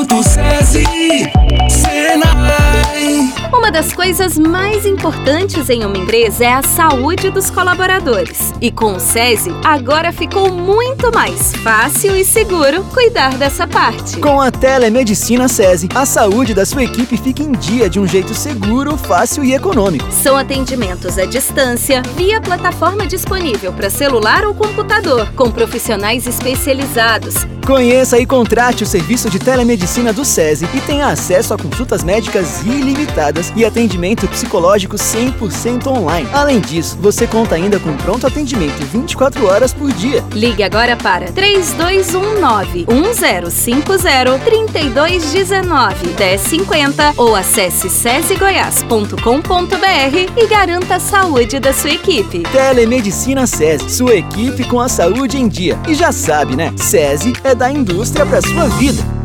do SESI, Senai. Uma das coisas mais importantes em uma empresa é a saúde dos colaboradores. E com o SESI, agora ficou muito mais fácil e seguro cuidar dessa parte. Com a telemedicina SESI, a saúde da sua equipe fica em dia de um jeito seguro, fácil e econômico. São atendimentos à distância, via plataforma disponível para celular ou computador, com profissionais especializados. Conheça e contrate o serviço de telemedicina do SESI e tenha acesso a consultas médicas ilimitadas e atendimento psicológico 100% online. Além disso, você conta ainda com pronto atendimento 24 horas por dia. Ligue agora para 3219-1050-3219-1050 ou acesse sesigoias.com.br e garanta a saúde da sua equipe. Telemedicina SESI, sua equipe com a saúde em dia. E já sabe, né? SESI é da indústria para sua vida.